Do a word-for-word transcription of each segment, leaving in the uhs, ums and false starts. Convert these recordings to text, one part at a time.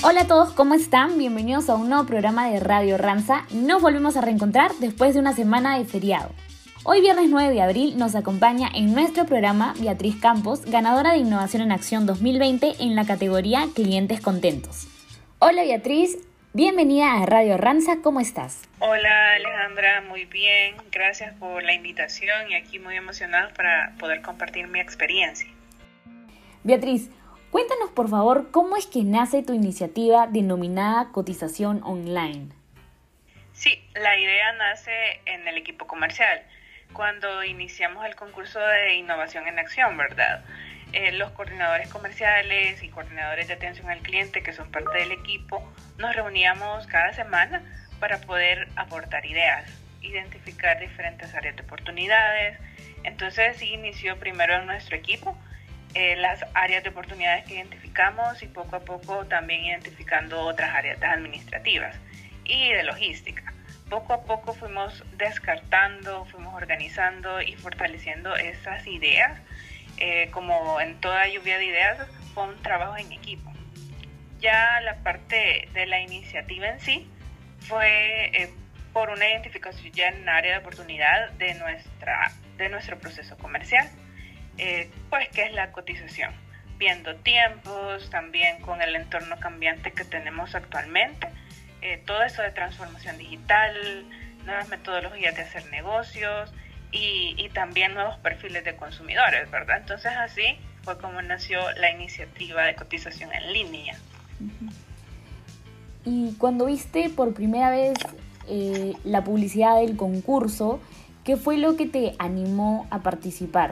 Hola a todos, ¿cómo están? Bienvenidos a un nuevo programa de Radio Ranza. Nos volvemos a reencontrar después de una semana de feriado. Hoy viernes nueve de abril nos acompaña en nuestro programa Beatriz Campos, ganadora de Innovación en Acción dos mil veinte en la categoría Clientes Contentos. Hola Beatriz, bienvenida a Radio Ranza, ¿cómo estás? Hola Alejandra, muy bien, gracias por la invitación y aquí muy emocionada para poder compartir mi experiencia. Beatriz, cuéntanos por favor cómo es que nace tu iniciativa denominada Cotización Online. Sí, la idea nace en el equipo comercial, cuando iniciamos el concurso de Innovación en Acción, ¿verdad? Eh, los coordinadores comerciales y coordinadores de atención al cliente, que son parte del equipo, nos reuníamos cada semana para poder aportar ideas, identificar diferentes áreas de oportunidades. Entonces sí inició primero en nuestro equipo eh, las áreas de oportunidades que identificamos y poco a poco también identificando otras áreas administrativas y de logística. Poco a poco fuimos descartando, fuimos organizando y fortaleciendo esas ideas. Eh, como en toda lluvia de ideas, fue un trabajo en equipo. Ya la parte de la iniciativa en sí fue eh, por una identificación ya en área de oportunidad de, nuestra, de nuestro proceso comercial, eh, pues que es la cotización, viendo tiempos, también con el entorno cambiante que tenemos actualmente, eh, todo eso de transformación digital, nuevas metodologías de hacer negocios y, y también nuevos perfiles de consumidores, ¿verdad? Entonces así fue como nació la iniciativa de cotización en línea. Uh-huh. Y cuando viste por primera vez eh, la publicidad del concurso, ¿qué fue lo que te animó a participar?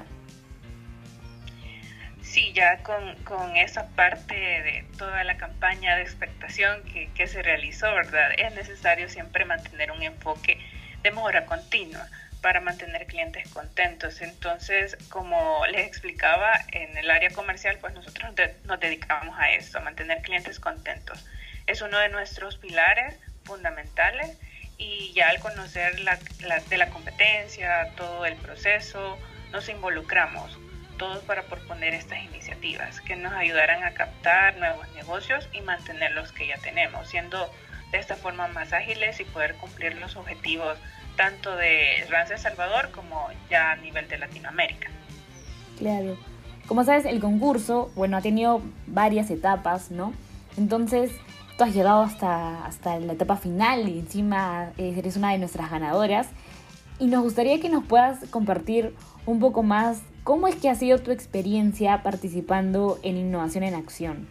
Sí, ya con, con esa parte de toda la campaña de expectación que, que se realizó, ¿verdad? Es necesario siempre mantener un enfoque de mejora continua para mantener clientes contentos. Entonces, como les explicaba, en el área comercial, pues nosotros de, nos dedicamos a eso, a mantener clientes contentos. Es uno de nuestros pilares fundamentales y ya al conocer la, la, de la competencia, todo el proceso, nos involucramos todos para proponer estas iniciativas que nos ayudarán a captar nuevos negocios y mantener los que ya tenemos, siendo de esta forma más ágiles y poder cumplir los objetivos tanto de Ranza El Salvador como ya a nivel de Latinoamérica. Claro. Como sabes, el concurso, bueno, ha tenido varias etapas, ¿no? Entonces, tú has llegado hasta, hasta la etapa final y encima eres una de nuestras ganadoras. Y nos gustaría que nos puedas compartir un poco más cómo es que ha sido tu experiencia participando en Innovación en Acción.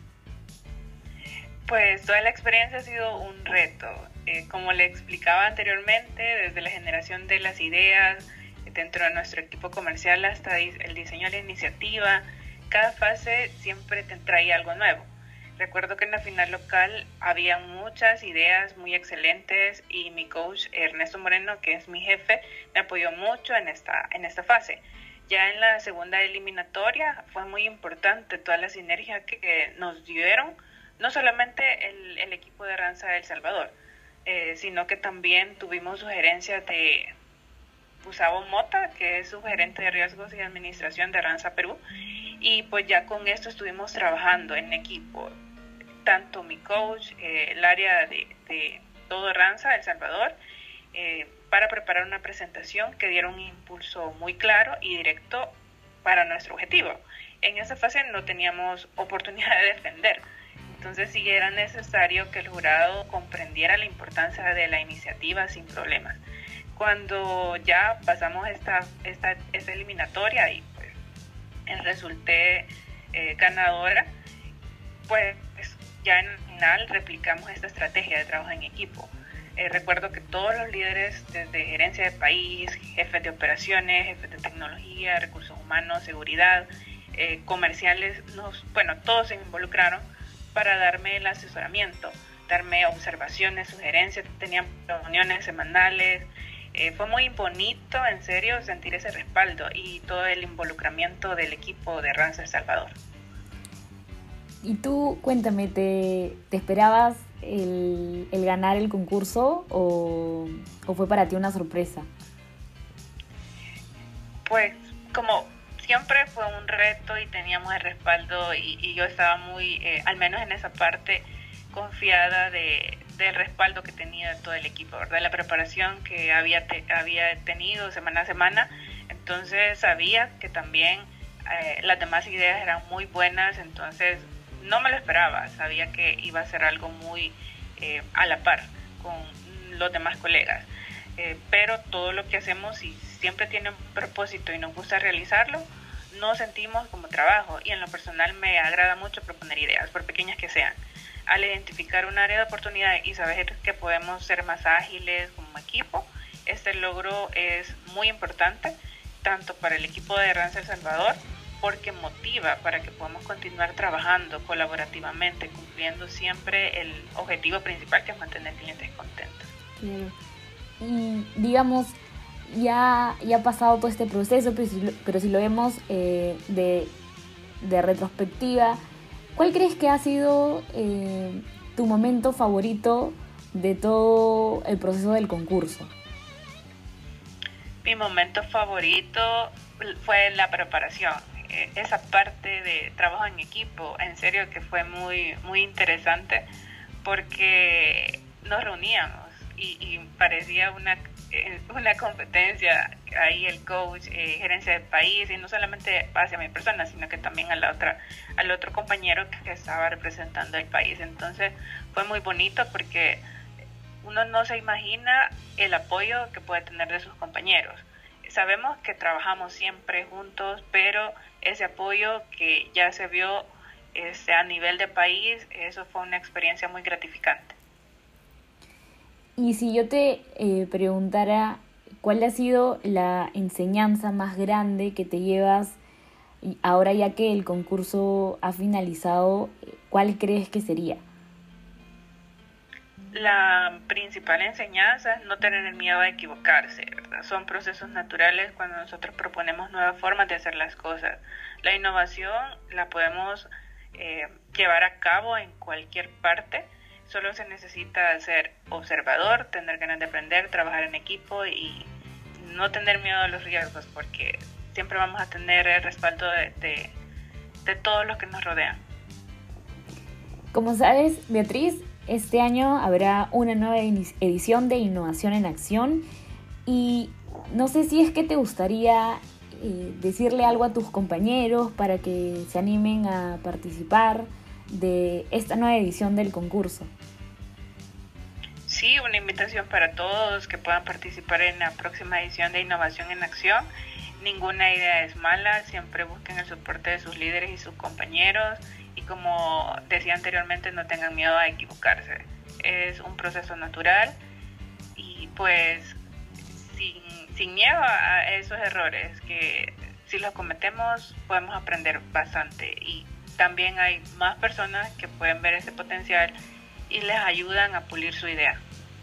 Pues toda la experiencia ha sido un reto. Eh, como le explicaba anteriormente, desde la generación de las ideas dentro de nuestro equipo comercial hasta el diseño de la iniciativa, cada fase siempre te traía algo nuevo. Recuerdo que en la final local había muchas ideas muy excelentes y mi coach Ernesto Moreno, que es mi jefe, me apoyó mucho en esta, en esta fase. Ya en la segunda eliminatoria fue muy importante toda la sinergia que nos dieron, no solamente el, el equipo de Ranza El Salvador, eh, sino que también tuvimos sugerencias de Gustavo Mota, que es su gerente de riesgos y administración de Ranza Perú, y pues ya con esto estuvimos trabajando en equipo, tanto mi coach, eh, el área de, de todo Ranza El Salvador, eh, para preparar una presentación que diera un impulso muy claro y directo para nuestro objetivo. En esa fase no teníamos oportunidad de defender, entonces sí era necesario que el jurado comprendiera la importancia de la iniciativa sin problemas. Cuando ya pasamos esta, esta, esta eliminatoria y pues resulté eh, ganadora, pues ya en el final replicamos esta estrategia de trabajo en equipo. Eh, recuerdo que todos los líderes, desde gerencia de país, jefes de operaciones, jefes de tecnología, recursos humanos, seguridad, eh, comerciales, nos, bueno, todos se involucraron para darme el asesoramiento, darme observaciones, sugerencias, tenían reuniones semanales. Eh, fue muy bonito, en serio, sentir ese respaldo y todo el involucramiento del equipo de Ranza El Salvador. Y tú, cuéntame, ¿te, te esperabas el, el ganar el concurso o, o fue para ti una sorpresa? Pues como siempre fue un reto y teníamos el respaldo y, y yo estaba muy, eh, al menos en esa parte, confiada de, del respaldo que tenía todo el equipo, ¿verdad? La preparación que había, te, había tenido semana a semana. Entonces sabía que también eh, las demás ideas eran muy buenas, entonces no me lo esperaba, sabía que iba a ser algo muy eh, a la par con los demás colegas. Eh, pero todo lo que hacemos, si siempre tiene un propósito y nos gusta realizarlo, no sentimos como trabajo, y en lo personal me agrada mucho proponer ideas, por pequeñas que sean. Al identificar un área de oportunidad y saber que podemos ser más ágiles como equipo, este logro es muy importante, tanto para el equipo de Ranza El Salvador, porque motiva para que podamos continuar trabajando colaborativamente, cumpliendo siempre el objetivo principal, que es mantener clientes contentos. Claro. Y digamos, ya, ya ha pasado todo este proceso, pero si lo, pero si lo vemos eh, de, de retrospectiva, ¿cuál crees que ha sido eh, tu momento favorito de todo el proceso del concurso? Mi momento favorito fue la preparación, esa parte de trabajo en equipo, en serio que fue muy, muy interesante, porque nos reuníamos y, y parecía una, una competencia, ahí el coach, eh, gerencia del país, y no solamente hacia mi persona, sino que también a la otra, al otro compañero que estaba representando el país. Entonces fue muy bonito porque uno no se imagina el apoyo que puede tener de sus compañeros. Sabemos que trabajamos siempre juntos, pero ese apoyo que ya se vio este, a nivel de país, eso fue una experiencia muy gratificante. Y si yo te eh, preguntara cuál ha sido la enseñanza más grande que te llevas ahora ya que el concurso ha finalizado, ¿cuál crees que sería? La principal enseñanza es no tener el miedo a equivocarse, ¿verdad? Son procesos naturales cuando nosotros proponemos nuevas formas de hacer las cosas. La innovación la podemos eh, llevar a cabo en cualquier parte. Solo se necesita ser observador, tener ganas de aprender, trabajar en equipo y no tener miedo a los riesgos, porque siempre vamos a tener el respaldo de, de, de todos los que nos rodean. Como sabes, Beatriz, este año habrá una nueva edición de Innovación en Acción y no sé si es que te gustaría eh, decirle algo a tus compañeros para que se animen a participar de esta nueva edición del concurso. Sí, una invitación para todos que puedan participar en la próxima edición de Innovación en Acción. Ninguna idea es mala, siempre busquen el soporte de sus líderes y sus compañeros y, como decía anteriormente, no tengan miedo a equivocarse. Es un proceso natural y pues sin, sin miedo a esos errores, que si los cometemos podemos aprender bastante, y también hay más personas que pueden ver ese potencial y les ayudan a pulir su idea.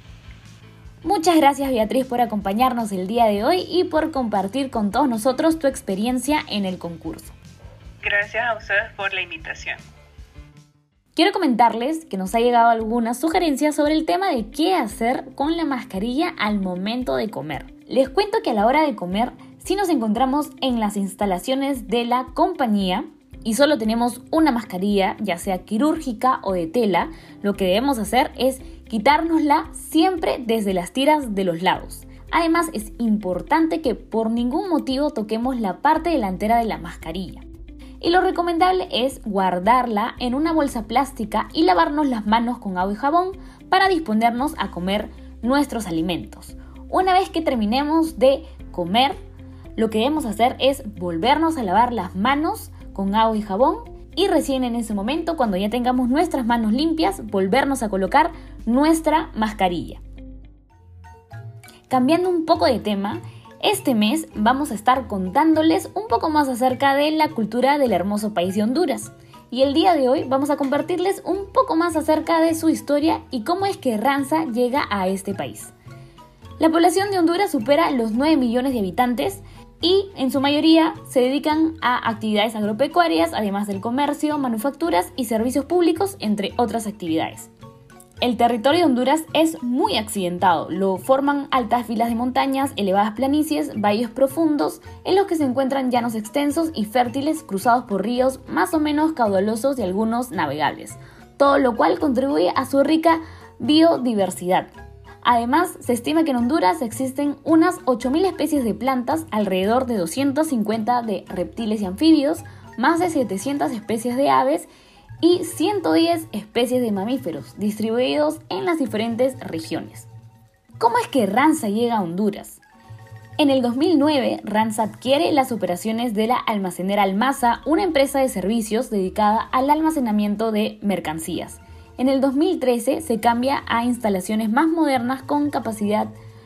Muchas gracias, Beatriz, por acompañarnos el día de hoy y por compartir con todos nosotros tu experiencia en el concurso. Gracias a ustedes por la invitación. Quiero comentarles que nos ha llegado algunas sugerencias sobre el tema de qué hacer con la mascarilla al momento de comer. Les cuento que a la hora de comer, si nos encontramos en las instalaciones de la compañía y solo tenemos una mascarilla, ya sea quirúrgica o de tela, lo que debemos hacer es quitárnosla siempre desde las tiras de los lados. Además, es importante que por ningún motivo toquemos la parte delantera de la mascarilla. Y lo recomendable es guardarla en una bolsa plástica y lavarnos las manos con agua y jabón para disponernos a comer nuestros alimentos. Una vez que terminemos de comer, lo que debemos hacer es volvernos a lavar las manos con agua y jabón, y recién en ese momento, cuando ya tengamos nuestras manos limpias, volvernos a colocar nuestra mascarilla. Cambiando un poco de tema, este mes vamos a estar contándoles un poco más acerca de la cultura del hermoso país de Honduras. Y el día de hoy vamos a compartirles un poco más acerca de su historia y cómo es que Ranza llega a este país. La población de Honduras supera los nueve millones de habitantes y en su mayoría se dedican a actividades agropecuarias, además del comercio, manufacturas y servicios públicos, entre otras actividades. El territorio de Honduras es muy accidentado, lo forman altas filas de montañas, elevadas planicies, valles profundos, en los que se encuentran llanos extensos y fértiles cruzados por ríos más o menos caudalosos y algunos navegables. todo lo cual contribuye a su rica biodiversidad. Además, se estima que en Honduras existen unas ocho mil especies de plantas, alrededor de doscientos cincuenta de reptiles y anfibios, más de setecientas especies de aves y ciento diez especies de mamíferos, distribuidos en las diferentes regiones. ¿Cómo es que Ranza llega a Honduras? En el dos mil nueve, Ranza adquiere las operaciones de la almacenera Almaza, una empresa de servicios dedicada al almacenamiento de mercancías. En el dos mil trece se cambia a instalaciones más modernas con capacidad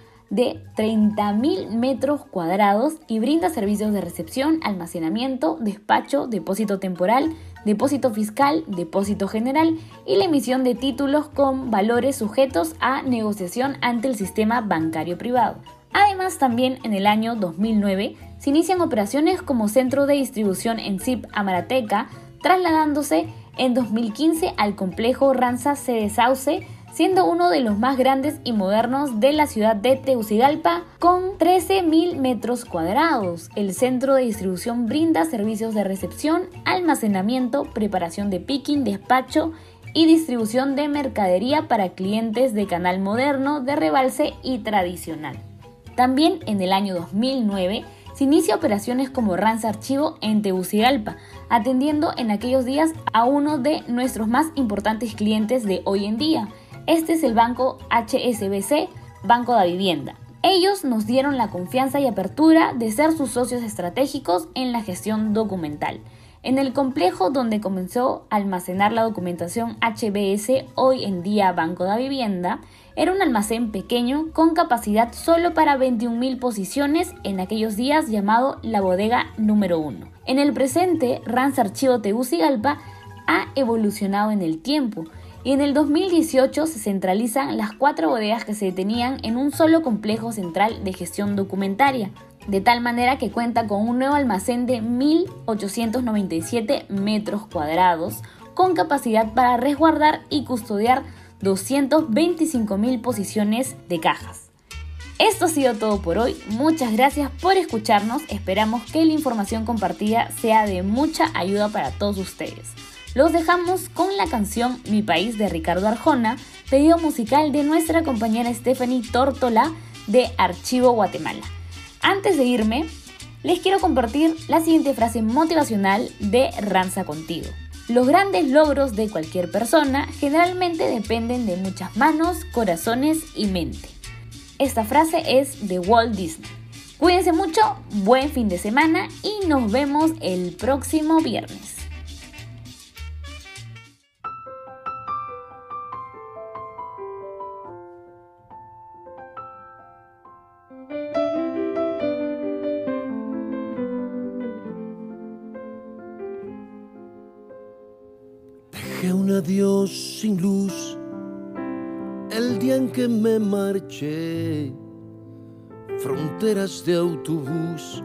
de treinta mil metros cuadrados y brinda servicios de recepción, almacenamiento, despacho, depósito temporal, depósito fiscal, depósito general y la emisión de títulos con valores sujetos a negociación ante el sistema bancario privado. Además, también en el año dos mil nueve se inician operaciones como centro de distribución en S I P Amarateca, trasladándose en dos mil quince al complejo Ranza Sede Sauce, siendo uno de los más grandes y modernos de la ciudad de Tegucigalpa, con trece mil metros cuadrados. El centro de distribución brinda servicios de recepción, almacenamiento, preparación de picking, despacho y distribución de mercadería para clientes de canal moderno, de rebalse y tradicional. También en el año dos mil nueve se inicia operaciones como Ranza Archivo en Tegucigalpa, atendiendo en aquellos días a uno de nuestros más importantes clientes de hoy en día. Este es el banco H S B C, Banco de Vivienda. Ellos nos dieron la confianza y apertura de ser sus socios estratégicos en la gestión documental. En el complejo donde comenzó a almacenar la documentación H B S, hoy en día Banco de Vivienda, era un almacén pequeño con capacidad solo para veintiún mil posiciones en aquellos días, llamado la bodega número uno. En el presente, Ranza Archivo Tegucigalpa ha evolucionado en el tiempo y en el dos mil dieciocho se centralizan las cuatro bodegas que se tenían en un solo complejo central de gestión documentaria, de tal manera que cuenta con un nuevo almacén de mil ochocientos noventa y siete metros cuadrados con capacidad para resguardar y custodiar doscientas veinticinco mil posiciones de cajas. Esto ha sido todo por hoy. Muchas gracias por escucharnos. Esperamos que la información compartida sea de mucha ayuda para todos ustedes. Los dejamos con la canción Mi País de Ricardo Arjona, pedido musical de nuestra compañera Stephanie Tórtola de Archivo Guatemala. Antes de irme, les quiero compartir la siguiente frase motivacional de Ranza Contigo. Los grandes logros de cualquier persona generalmente dependen de muchas manos, corazones y mente. Esta frase es de Walt Disney. Cuídense mucho, buen fin de semana y nos vemos el próximo viernes. Dejé un adiós sin luz el día en que me marché, fronteras de autobús,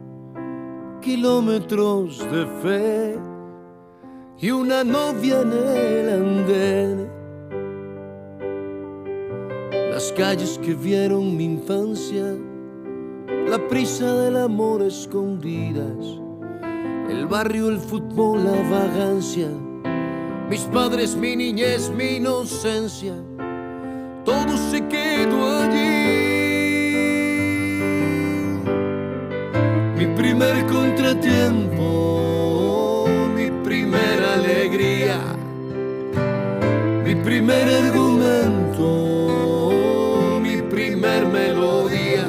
kilómetros de fe y una novia en el andén. Las calles que vieron mi infancia, la prisa del amor escondidas, el barrio, el fútbol, la vagancia, mis padres, mi niñez, mi inocencia, todo se quedó allí. Mi primer contratiempo, mi primera alegría, mi primer argumento, mi primer melodía,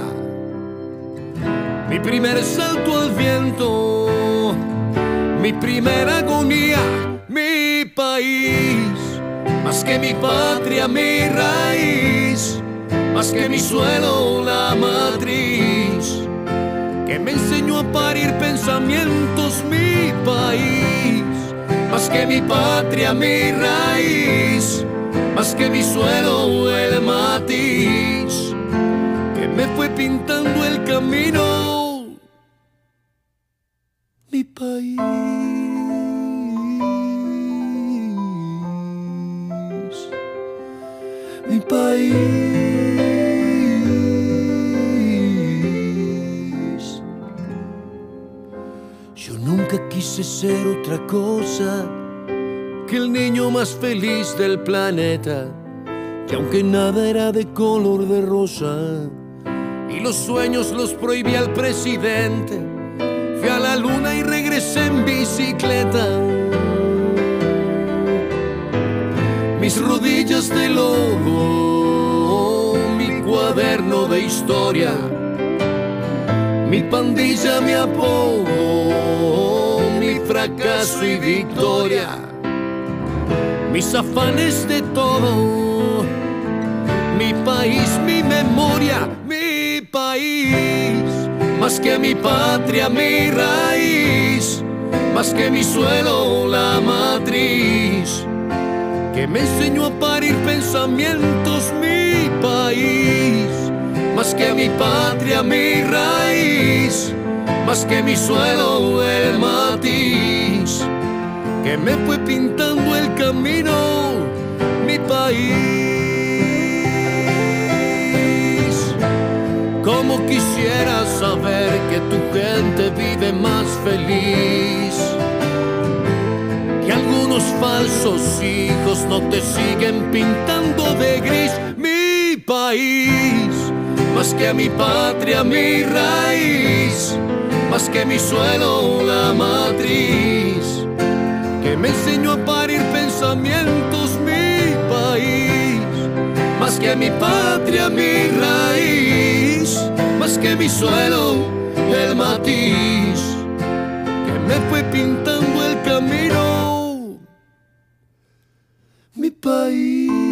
mi primer salto al viento, mi primera agonía. Mi país, más que mi patria, mi raíz, más que mi suelo, la matriz, que me enseñó a parir pensamientos. Mi país, más que mi patria, mi raíz, más que mi suelo, el matiz, que me fue pintando el camino. Mi país, mi país. Yo nunca quise ser otra cosa que el niño más feliz del planeta. Y aunque nada era de color de rosa y los sueños los prohibía el presidente, fui a la luna y regresé en bicicleta. Mis rodillas de lodo, mi cuaderno de historia, mi pandilla, mi apodo, mi fracaso y victoria, mis afanes de todo, mi país, mi memoria, mi país, más que mi patria, mi raíz, más que mi suelo, la matriz, que me enseñó a parir pensamientos, mi país, más que mi patria, mi raíz, más que mi suelo, el matiz, que me fue pintando el camino, mi país. Como quisiera saber que tu gente vive más feliz, que algunos falsos hijos no te siguen pintando de gris, mi país, más que a mi patria, mi raíz, más que mi suelo, la matriz, que me enseñó a parir pensamientos, mi país, más que a mi patria, mi raíz, más que mi suelo, el matiz, que me fue pintando el camino, mi país.